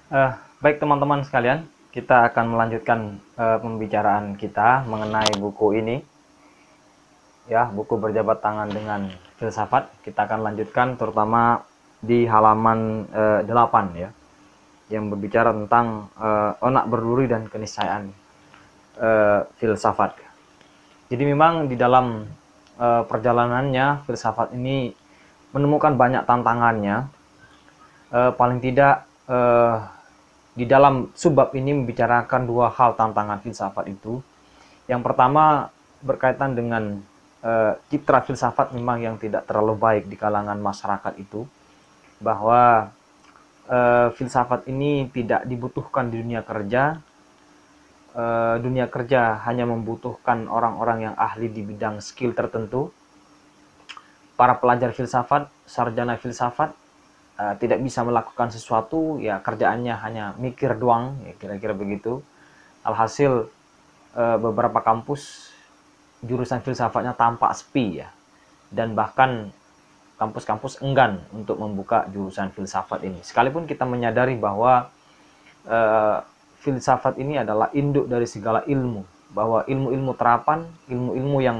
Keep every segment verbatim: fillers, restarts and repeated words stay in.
Eh, Baik teman-teman sekalian, kita akan melanjutkan eh, pembicaraan kita mengenai buku ini, ya, buku berjabat tangan dengan filsafat. Kita akan lanjutkan terutama di halaman eh, delapan ya, yang berbicara tentang eh, onak berduri dan keniscayaan eh, filsafat. Jadi memang di dalam eh, perjalanannya filsafat ini menemukan banyak tantangannya. Eh, paling tidak eh, di dalam subbab ini membicarakan dua hal tantangan filsafat itu. Yang pertama berkaitan dengan eh, citra filsafat memang yang tidak terlalu baik di kalangan masyarakat itu, bahwa eh, filsafat ini tidak dibutuhkan di dunia kerja. Eh, dunia kerja hanya membutuhkan orang-orang yang ahli di bidang skill tertentu. Para pelajar filsafat, sarjana filsafat uh, tidak bisa melakukan sesuatu, ya kerjaannya hanya mikir doang, ya kira-kira begitu. Alhasil uh, beberapa kampus jurusan filsafatnya tampak sepi ya, dan bahkan kampus-kampus enggan untuk membuka jurusan filsafat ini. Sekalipun kita menyadari bahwa uh, filsafat ini adalah induk dari segala ilmu, bahwa ilmu-ilmu terapan, ilmu-ilmu yang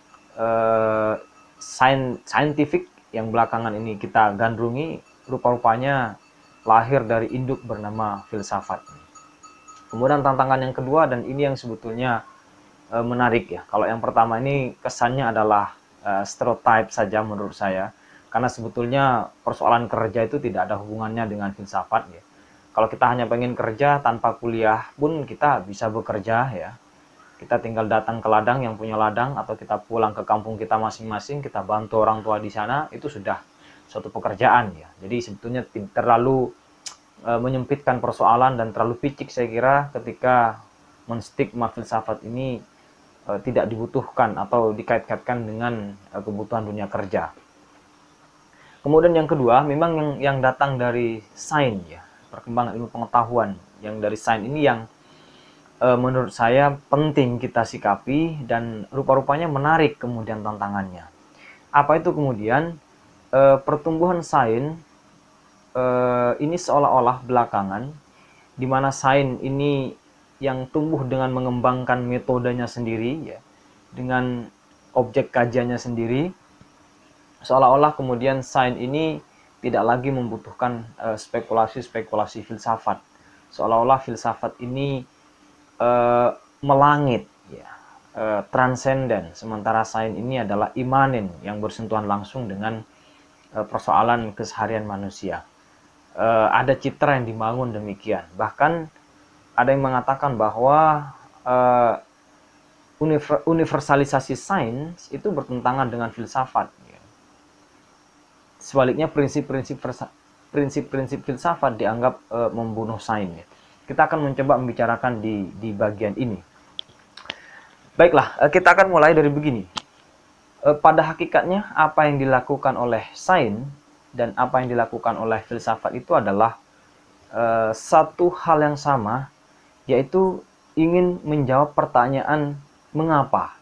uh, scientific yang belakangan ini kita gandrungi, rupa-rupanya lahir dari induk bernama filsafat. Kemudian tantangan yang kedua, dan ini yang sebetulnya e, menarik ya. Kalau yang pertama ini kesannya adalah e, stereotype saja menurut saya, karena sebetulnya persoalan kerja itu tidak ada hubungannya dengan filsafat ya. Kalau kita hanya pengen kerja tanpa kuliah pun kita bisa bekerja ya. Kita tinggal datang ke ladang yang punya ladang, atau kita pulang ke kampung kita masing-masing, kita bantu orang tua di sana, itu sudah suatu pekerjaan ya. Jadi sebetulnya terlalu e, menyempitkan persoalan dan terlalu picik saya kira ketika menstigma filsafat ini e, tidak dibutuhkan atau dikait-kaitkan dengan e, kebutuhan dunia kerja. Kemudian yang kedua, memang yang yang datang dari sains ya, perkembangan ilmu pengetahuan yang dari sains ini yang menurut saya penting kita sikapi, dan rupa-rupanya menarik kemudian tantangannya. Apa itu kemudian? E, pertumbuhan sains e, ini seolah-olah belakangan, di mana sains ini yang tumbuh dengan mengembangkan metodenya sendiri, ya, dengan objek kajiannya sendiri, seolah-olah kemudian sains ini tidak lagi membutuhkan spekulasi-spekulasi filsafat. Seolah-olah filsafat ini Uh, melangit ya, uh, transenden, sementara sains ini adalah imanen yang bersentuhan langsung dengan uh, persoalan keseharian manusia. Uh, ada citra yang dibangun demikian, bahkan ada yang mengatakan bahwa uh, universalisasi sains itu bertentangan dengan filsafat ya. Sebaliknya prinsip-prinsip prinsip-prinsip filsafat dianggap uh, membunuh sains ya. Kita akan mencoba membicarakan di, di bagian ini. Baiklah, kita akan mulai dari begini. Pada hakikatnya, apa yang dilakukan oleh sains dan apa yang dilakukan oleh filsafat itu adalah uh, satu hal yang sama, yaitu ingin menjawab pertanyaan mengapa.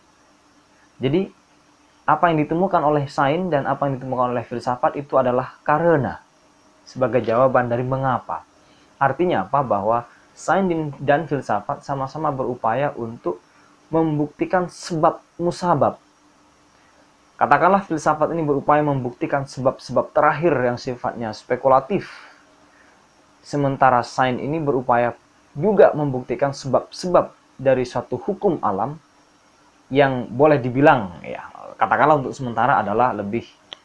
Jadi, apa yang ditemukan oleh sains dan apa yang ditemukan oleh filsafat itu adalah karena, sebagai jawaban dari mengapa. Artinya apa? Bahwa sains dan filsafat sama-sama berupaya untuk membuktikan sebab musabab. Katakanlah filsafat ini berupaya membuktikan sebab-sebab terakhir yang sifatnya spekulatif. Sementara sains ini berupaya juga membuktikan sebab-sebab dari suatu hukum alam yang boleh dibilang, ya, katakanlah untuk sementara adalah lebih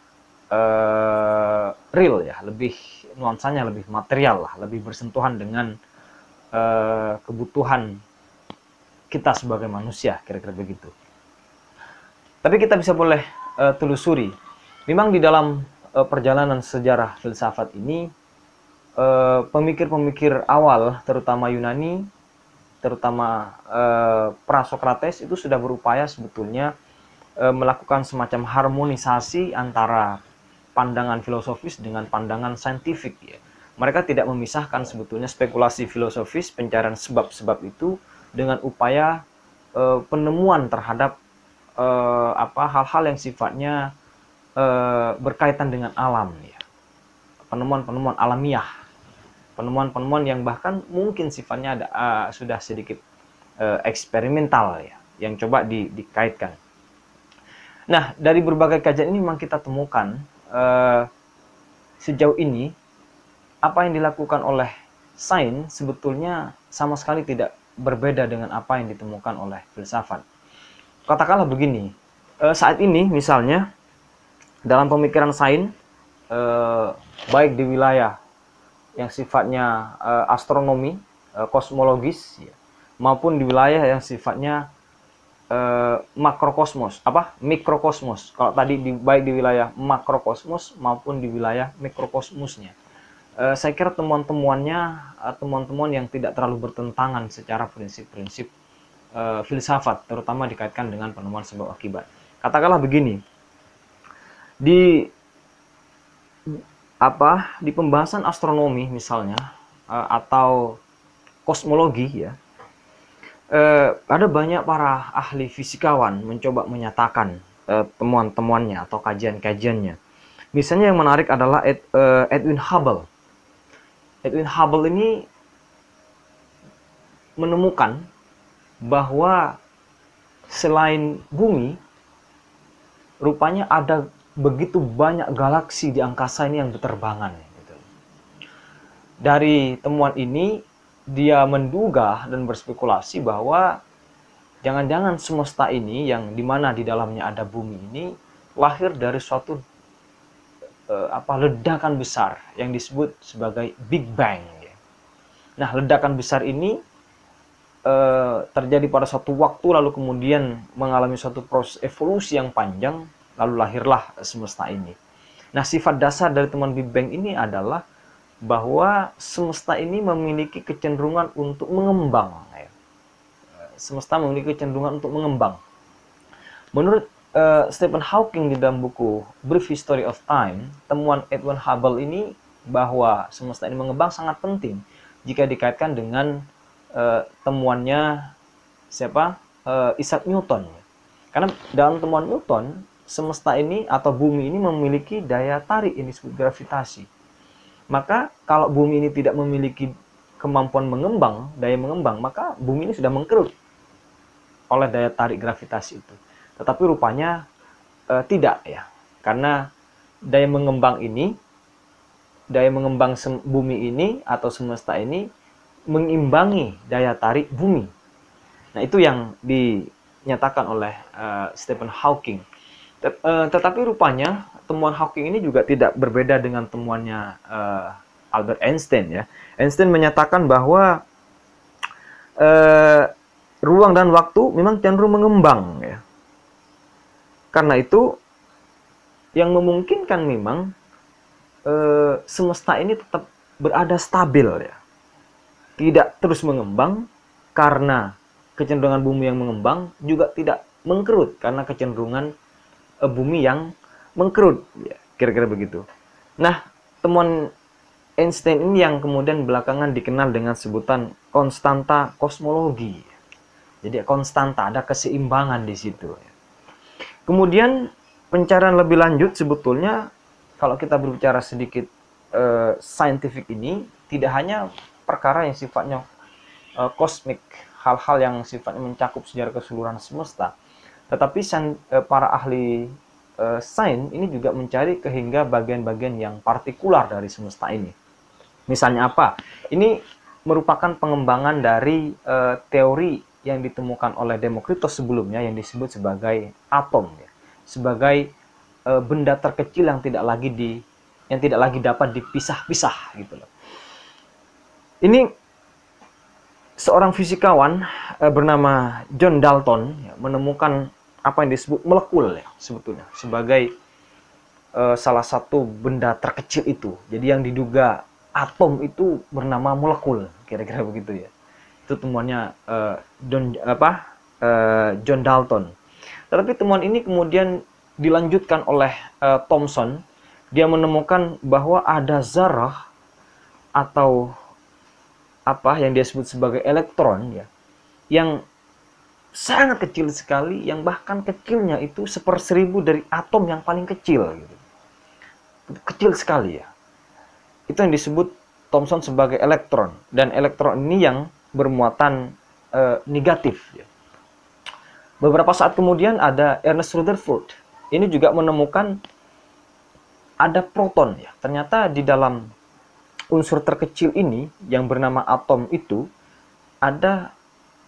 uh, real ya, lebih nuansanya lebih material lah, lebih bersentuhan dengan uh, kebutuhan kita sebagai manusia, kira-kira begitu. Tapi kita bisa boleh uh, telusuri, memang di dalam uh, perjalanan sejarah filsafat ini, uh, pemikir-pemikir awal, terutama Yunani, terutama uh, pra-Sokrates, itu sudah berupaya sebetulnya uh, melakukan semacam harmonisasi antara pandangan filosofis dengan pandangan saintifik ya. Mereka tidak memisahkan sebetulnya spekulasi filosofis, pencarian sebab-sebab itu dengan upaya e, penemuan terhadap e, apa hal-hal yang sifatnya e, berkaitan dengan alam ya. Penemuan-penemuan alamiah. penemuan-penemuan yang bahkan mungkin sifatnya ada uh, sudah sedikit uh, eksperimental ya, yang coba di, dikaitkan. Nah, dari berbagai kajian ini memang kita temukan uh, sejauh ini apa yang dilakukan oleh sains sebetulnya sama sekali tidak berbeda dengan apa yang ditemukan oleh filsafat. Katakanlah begini, uh, saat ini misalnya dalam pemikiran sains, uh, baik di wilayah yang sifatnya uh, astronomi, uh, kosmologis, ya, maupun di wilayah yang sifatnya uh, makrokosmos, apa mikrokosmos. Kalau tadi di, baik di wilayah makrokosmos maupun di wilayah mikrokosmosnya, uh, saya kira temuan-temuannya uh, temuan-temuan yang tidak terlalu bertentangan secara prinsip-prinsip uh, filsafat, terutama dikaitkan dengan penemuan sebab akibat. Katakanlah begini, di apa di pembahasan astronomi misalnya uh, atau kosmologi ya, uh, ada banyak para ahli fisikawan mencoba menyatakan uh, temuan-temuannya atau kajian-kajiannya. Misalnya yang menarik adalah Ed, uh, Edwin Hubble. Edwin Hubble ini menemukan bahwa selain bumi, rupanya ada begitu banyak galaksi di angkasa ini yang berterbangan. Gitu. Dari temuan ini, dia menduga dan berspekulasi bahwa jangan-jangan semesta ini yang dimana di dalamnya ada bumi ini lahir dari suatu eh, apa ledakan besar yang disebut sebagai Big Bang. Nah, ledakan besar ini eh, terjadi pada suatu waktu lalu kemudian mengalami suatu proses evolusi yang panjang. Lalu lahirlah semesta ini. Nah, sifat dasar dari temuan Big Bang ini adalah bahwa semesta ini memiliki kecenderungan untuk mengembang. Semesta memiliki kecenderungan untuk mengembang. Menurut uh, Stephen Hawking di dalam buku Brief History of Time, temuan Edwin Hubble ini bahwa semesta ini mengembang sangat penting jika dikaitkan dengan uh, temuannya siapa? Uh, Isaac Newton. Karena dalam temuan Newton, semesta ini atau bumi ini memiliki daya tarik yang disebut gravitasi. Maka kalau bumi ini tidak memiliki kemampuan mengembang, daya mengembang, maka bumi ini sudah mengkerut oleh daya tarik gravitasi itu. Tetapi rupanya e, tidak ya. Karena daya mengembang ini, daya mengembang bumi ini atau semesta ini mengimbangi daya tarik bumi. Nah, itu yang dinyatakan oleh e, Stephen Hawking. Tetapi rupanya temuan Hawking ini juga tidak berbeda dengan temuannya uh, Albert Einstein ya. Einstein menyatakan bahwa uh, ruang dan waktu memang cenderung mengembang ya. Karena itu yang memungkinkan memang uh, semesta ini tetap berada stabil ya. Tidak terus mengembang karena kecenderungan bumi yang mengembang, juga tidak mengkerut karena kecenderungan bumi yang mengkerut, ya, kira-kira begitu. Nah, temuan Einstein ini yang kemudian belakangan dikenal dengan sebutan konstanta kosmologi. Jadi konstanta, ada keseimbangan di situ. Kemudian pencarian lebih lanjut sebetulnya kalau kita berbicara sedikit eh, saintifik ini tidak hanya perkara yang sifatnya eh, kosmik, hal-hal yang sifatnya mencakup sejarah keseluruhan semesta. Tetapi para ahli e, sains ini juga mencari ke hingga bagian-bagian yang partikular dari semesta ini. Misalnya apa? Ini merupakan pengembangan dari e, teori yang ditemukan oleh Demokritos sebelumnya yang disebut sebagai atom, ya. Sebagai e, benda terkecil yang tidak lagi di yang tidak lagi dapat dipisah-pisah gitu loh. Ini seorang fisikawan e, bernama John Dalton ya, menemukan apa yang disebut molekul ya sebetulnya sebagai uh, salah satu benda terkecil itu. Jadi yang diduga atom itu bernama molekul, kira-kira begitu ya. Itu temuannya uh, John apa uh, John Dalton. Tetapi temuan ini kemudian dilanjutkan oleh uh, Thomson. Dia menemukan bahwa ada zarah atau apa yang dia sebut sebagai elektron ya, yang sangat kecil sekali, yang bahkan kecilnya itu seperseribu dari atom yang paling kecil gitu. Kecil sekali ya. Itu yang disebut Thomson sebagai elektron, dan elektron ini yang bermuatan uh, negatif. Beberapa saat kemudian ada Ernest Rutherford. Ini juga menemukan ada proton ya. Ternyata di dalam unsur terkecil ini yang bernama atom itu ada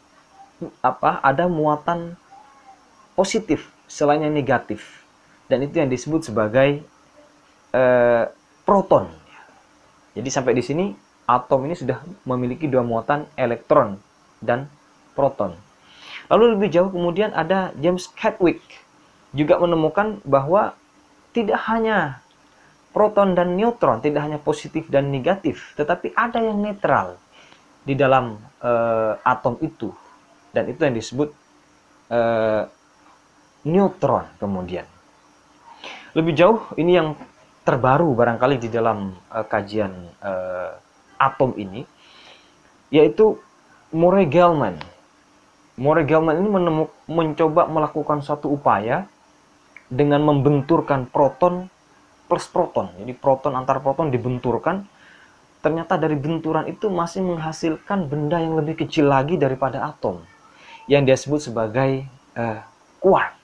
apa? Ada muatan positif selain yang negatif. Dan itu yang disebut sebagai eh, proton. Jadi sampai di sini atom ini sudah memiliki dua muatan, elektron dan proton. Lalu lebih jauh kemudian ada James Chadwick juga menemukan bahwa tidak hanya proton dan neutron, tidak hanya positif dan negatif, tetapi ada yang netral di dalam eh, atom itu. Dan itu yang disebut eh, neutron kemudian. Lebih jauh, ini yang terbaru barangkali di dalam uh, kajian uh, atom ini, yaitu Murray Gell-Mann. Murray Gell-Mann ini menemuk, mencoba melakukan suatu upaya dengan membenturkan proton plus proton. Jadi proton antar proton dibenturkan, ternyata dari benturan itu masih menghasilkan benda yang lebih kecil lagi daripada atom, yang dia sebut sebagai uh, quark.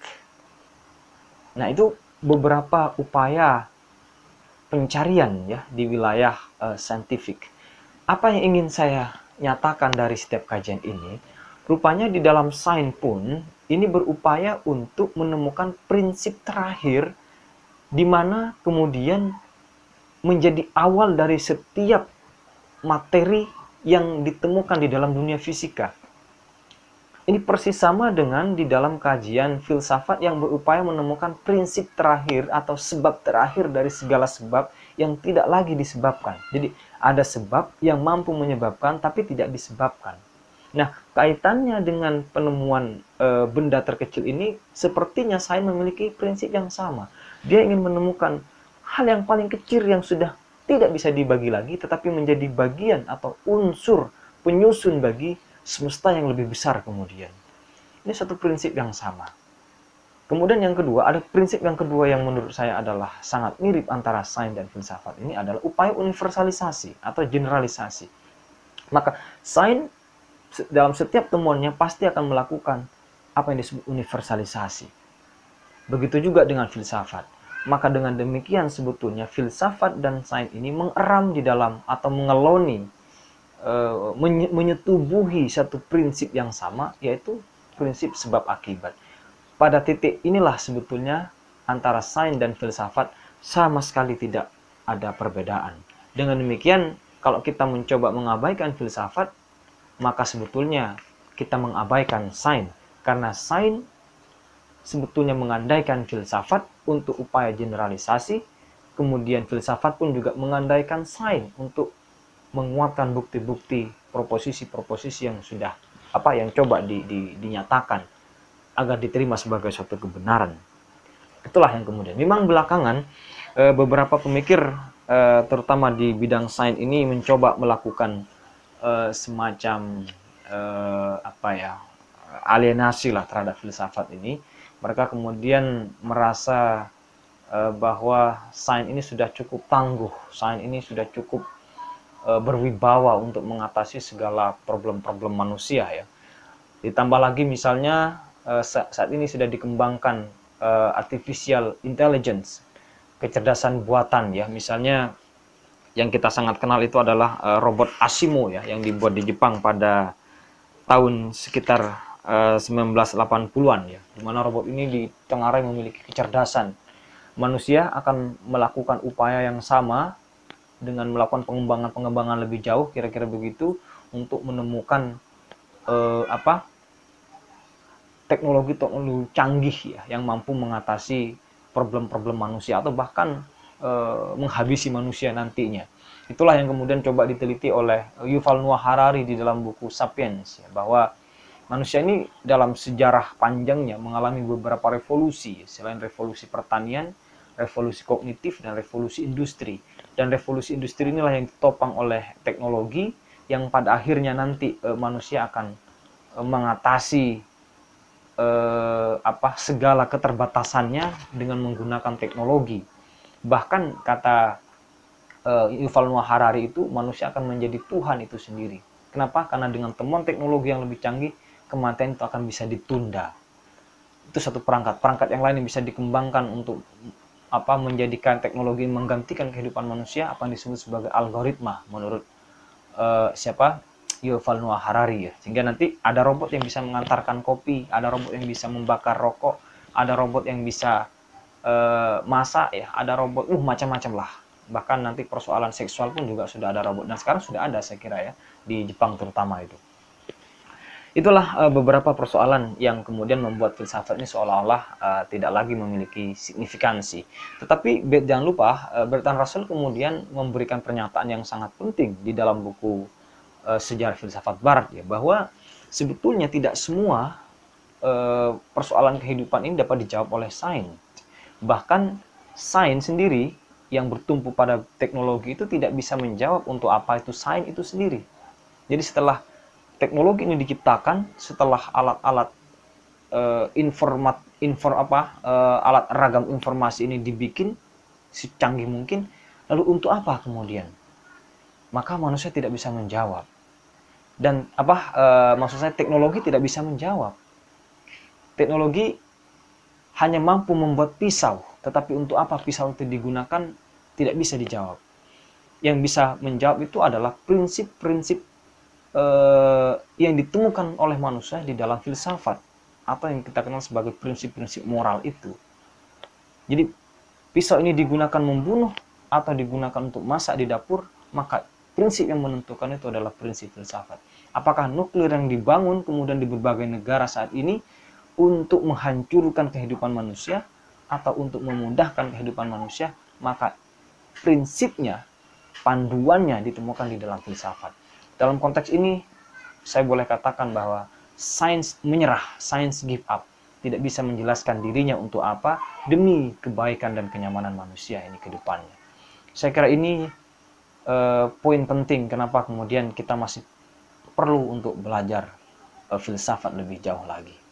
Nah, itu beberapa upaya pencarian ya di wilayah uh, saintifik. Apa yang ingin saya nyatakan dari setiap kajian ini, rupanya di dalam sains pun ini berupaya untuk menemukan prinsip terakhir di mana kemudian menjadi awal dari setiap materi yang ditemukan di dalam dunia fisika. Ini persis sama dengan di dalam kajian filsafat yang berupaya menemukan prinsip terakhir atau sebab terakhir dari segala sebab yang tidak lagi disebabkan. Jadi ada sebab yang mampu menyebabkan tapi tidak disebabkan. Nah, kaitannya dengan penemuan e, benda terkecil ini sepertinya sains memiliki prinsip yang sama. Dia ingin menemukan hal yang paling kecil yang sudah tidak bisa dibagi lagi tetapi menjadi bagian atau unsur penyusun bagi semesta yang lebih besar kemudian. Ini satu prinsip yang sama. Kemudian yang kedua, ada prinsip yang kedua yang menurut saya adalah sangat mirip antara sains dan filsafat. Ini adalah upaya universalisasi atau generalisasi. Maka sains dalam setiap temuannya pasti akan melakukan apa yang disebut universalisasi. Begitu juga dengan filsafat. Maka dengan demikian sebetulnya filsafat dan sains ini mengeram di dalam atau mengeloni menyetubuhi satu prinsip yang sama, yaitu prinsip sebab akibat. Pada titik inilah sebetulnya antara sains dan filsafat sama sekali tidak ada perbedaan. Dengan demikian, kalau kita mencoba mengabaikan filsafat, maka sebetulnya kita mengabaikan sains, karena sains sebetulnya mengandaikan filsafat untuk upaya generalisasi, kemudian filsafat pun juga mengandaikan sains untuk menguatkan bukti-bukti proposisi-proposisi yang sudah apa yang coba di, di, dinyatakan agar diterima sebagai suatu kebenaran. Itulah yang kemudian memang belakangan e, beberapa pemikir e, terutama di bidang sains ini mencoba melakukan e, semacam e, apa ya alienasi lah terhadap filsafat ini. Mereka kemudian merasa e, bahwa sains ini sudah cukup tangguh, sains ini sudah cukup berwibawa untuk mengatasi segala problem-problem manusia ya. Ditambah lagi misalnya saat ini sudah dikembangkan artificial intelligence, kecerdasan buatan ya. Misalnya yang kita sangat kenal itu adalah robot Asimo ya, yang dibuat di Jepang pada tahun sekitar sembilan belas delapan puluhan ya, di mana robot ini ditengarai memiliki kecerdasan. Manusia akan melakukan upaya yang sama dengan melakukan pengembangan-pengembangan lebih jauh, kira-kira begitu, untuk menemukan eh, apa teknologi-teknologi canggih ya yang mampu mengatasi problem-problem manusia atau bahkan eh, menghabisi manusia nantinya. Itulah yang kemudian coba diteliti oleh Yuval Noah Harari di dalam buku Sapiens ya, bahwa manusia ini dalam sejarah panjangnya mengalami beberapa revolusi, selain revolusi pertanian, revolusi kognitif, dan revolusi industri. Dan revolusi industri inilah yang ditopang oleh teknologi yang pada akhirnya nanti e, manusia akan e, mengatasi e, apa segala keterbatasannya dengan menggunakan teknologi. Bahkan kata uh, Yuval Noah Harari itu manusia akan menjadi Tuhan itu sendiri. Kenapa? Karena dengan temuan teknologi yang lebih canggih, kematian itu akan bisa ditunda. Itu satu perangkat. Perangkat yang lain yang bisa dikembangkan untuk apa menjadikan teknologi menggantikan kehidupan manusia, apa yang disebut sebagai algoritma menurut uh, siapa? Yuval Noah Harari ya. Sehingga nanti ada robot yang bisa mengantarkan kopi, ada robot yang bisa membakar rokok, ada robot yang bisa uh, masak ya, ada robot uh macam-macam lah. Bahkan nanti persoalan seksual pun juga sudah ada robot, dan sekarang sudah ada saya kira ya, di Jepang terutama itu. Itulah uh, beberapa persoalan yang kemudian membuat filsafat ini seolah-olah uh, tidak lagi memiliki signifikansi. Tetapi jangan lupa, uh, Bertrand Russell kemudian memberikan pernyataan yang sangat penting di dalam buku uh, Sejarah Filsafat Barat ya, bahwa sebetulnya tidak semua uh, persoalan kehidupan ini dapat dijawab oleh sains. Bahkan sains sendiri yang bertumpu pada teknologi itu tidak bisa menjawab untuk apa itu sains itu sendiri. Jadi setelah teknologi ini diciptakan, setelah alat-alat uh, informat infor apa uh, alat ragam informasi ini dibikin secanggih mungkin, lalu untuk apa kemudian? Maka manusia tidak bisa menjawab. Dan apa uh, maksud saya, teknologi tidak bisa menjawab. Teknologi hanya mampu membuat pisau, tetapi untuk apa pisau itu digunakan tidak bisa dijawab. Yang bisa menjawab itu adalah prinsip-prinsip Uh, yang ditemukan oleh manusia di dalam filsafat, atau yang kita kenal sebagai prinsip-prinsip moral itu. Jadi pisau ini digunakan membunuh atau digunakan untuk masak di dapur, maka prinsip yang menentukan itu adalah prinsip filsafat. Apakah nuklir yang dibangun kemudian di berbagai negara saat ini untuk menghancurkan kehidupan manusia atau untuk memudahkan kehidupan manusia, maka prinsipnya, panduannya ditemukan di dalam filsafat. Dalam konteks ini, saya boleh katakan bahwa sains menyerah, sains give up. Tidak bisa menjelaskan dirinya untuk apa, demi kebaikan dan kenyamanan manusia ini ke depannya. Saya kira ini eh, poin penting kenapa kemudian kita masih perlu untuk belajar eh, filsafat lebih jauh lagi.